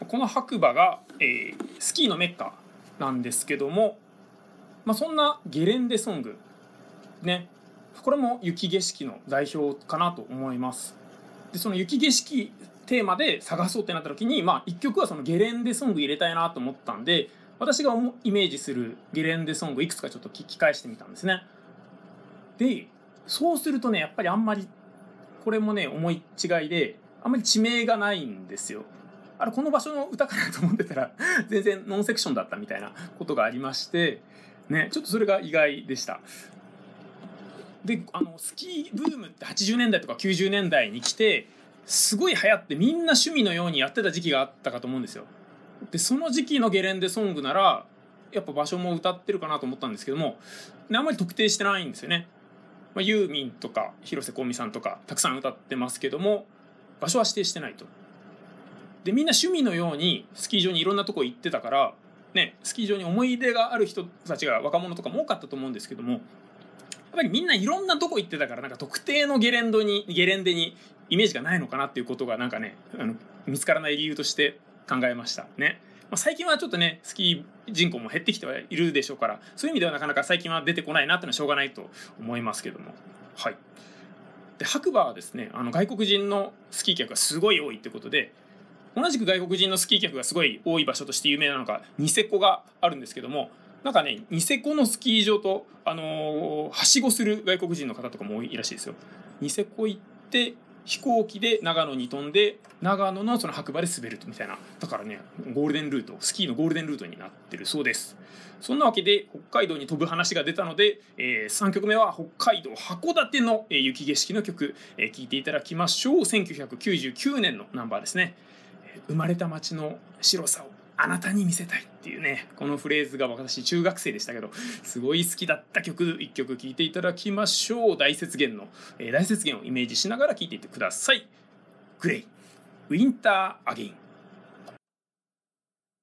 この白馬が、スキーのメッカなんですけども、そんなゲレンデソングね、これも雪景色の代表かなと思います。でその雪景色テーマで探そうってなった時に、1曲はそのゲレンデソング入れたいなと思ったんで、私がイメージするゲレンデソングいくつかちょっと聞き返してみたんですね。でそうするとね、やっぱりあんまりこれもね思い違いで、あんまり地名がないんですよ。この場所の歌かなと思ってたら全然ノンセクションだったみたいなことがありましてね、ちょっとそれが意外でした。でスキーブームって80年代とか90年代に来てすごい流行って、みんな趣味のようにやってた時期があったかと思うんですよ。でその時期のゲレンデソングならやっぱ場所も歌ってるかなと思ったんですけども、あんまり特定してないんですよね。ユーミンとか広瀬香美さんとかたくさん歌ってますけども、場所は指定してないと。でみんな趣味のようにスキー場にいろんなとこ行ってたからね、スキー場に思い出がある人たちが若者とかも多かったと思うんですけども、やっぱりみんないろんなとこ行ってたから、なんか特定のゲレンデにイメージがないのかなっていうことがなんかね、見つからない理由として考えましたね。最近はちょっとねスキー人口も減ってきてはいるでしょうから、そういう意味ではなかなか最近は出てこないなっていうのはしょうがないと思いますけども、はい。で白馬はですね、外国人のスキー客がすごい多いってことで、同じく外国人のスキー客がすごい多い場所として有名なのがニセコがあるんですけども、なんかねニセコのスキー場と、はしごする外国人の方とかも多いらしいですよ。ニセコ行って飛行機で長野に飛んで、長野のその白馬で滑るみたいな、だからねゴールデンルート、スキーのゴールデンルートになってるそうです。そんなわけで北海道に飛ぶ話が出たので、3曲目は北海道函館の、雪景色の曲、聴いていただきましょう。1999年のナンバーですね。生まれた町の白さをあなたに見せたいっていうね、このフレーズが私中学生でしたけどすごい好きだった曲、1曲聴いていただきましょう。大雪原をイメージしながら聴いていってください。グレイウィンターアゲイン。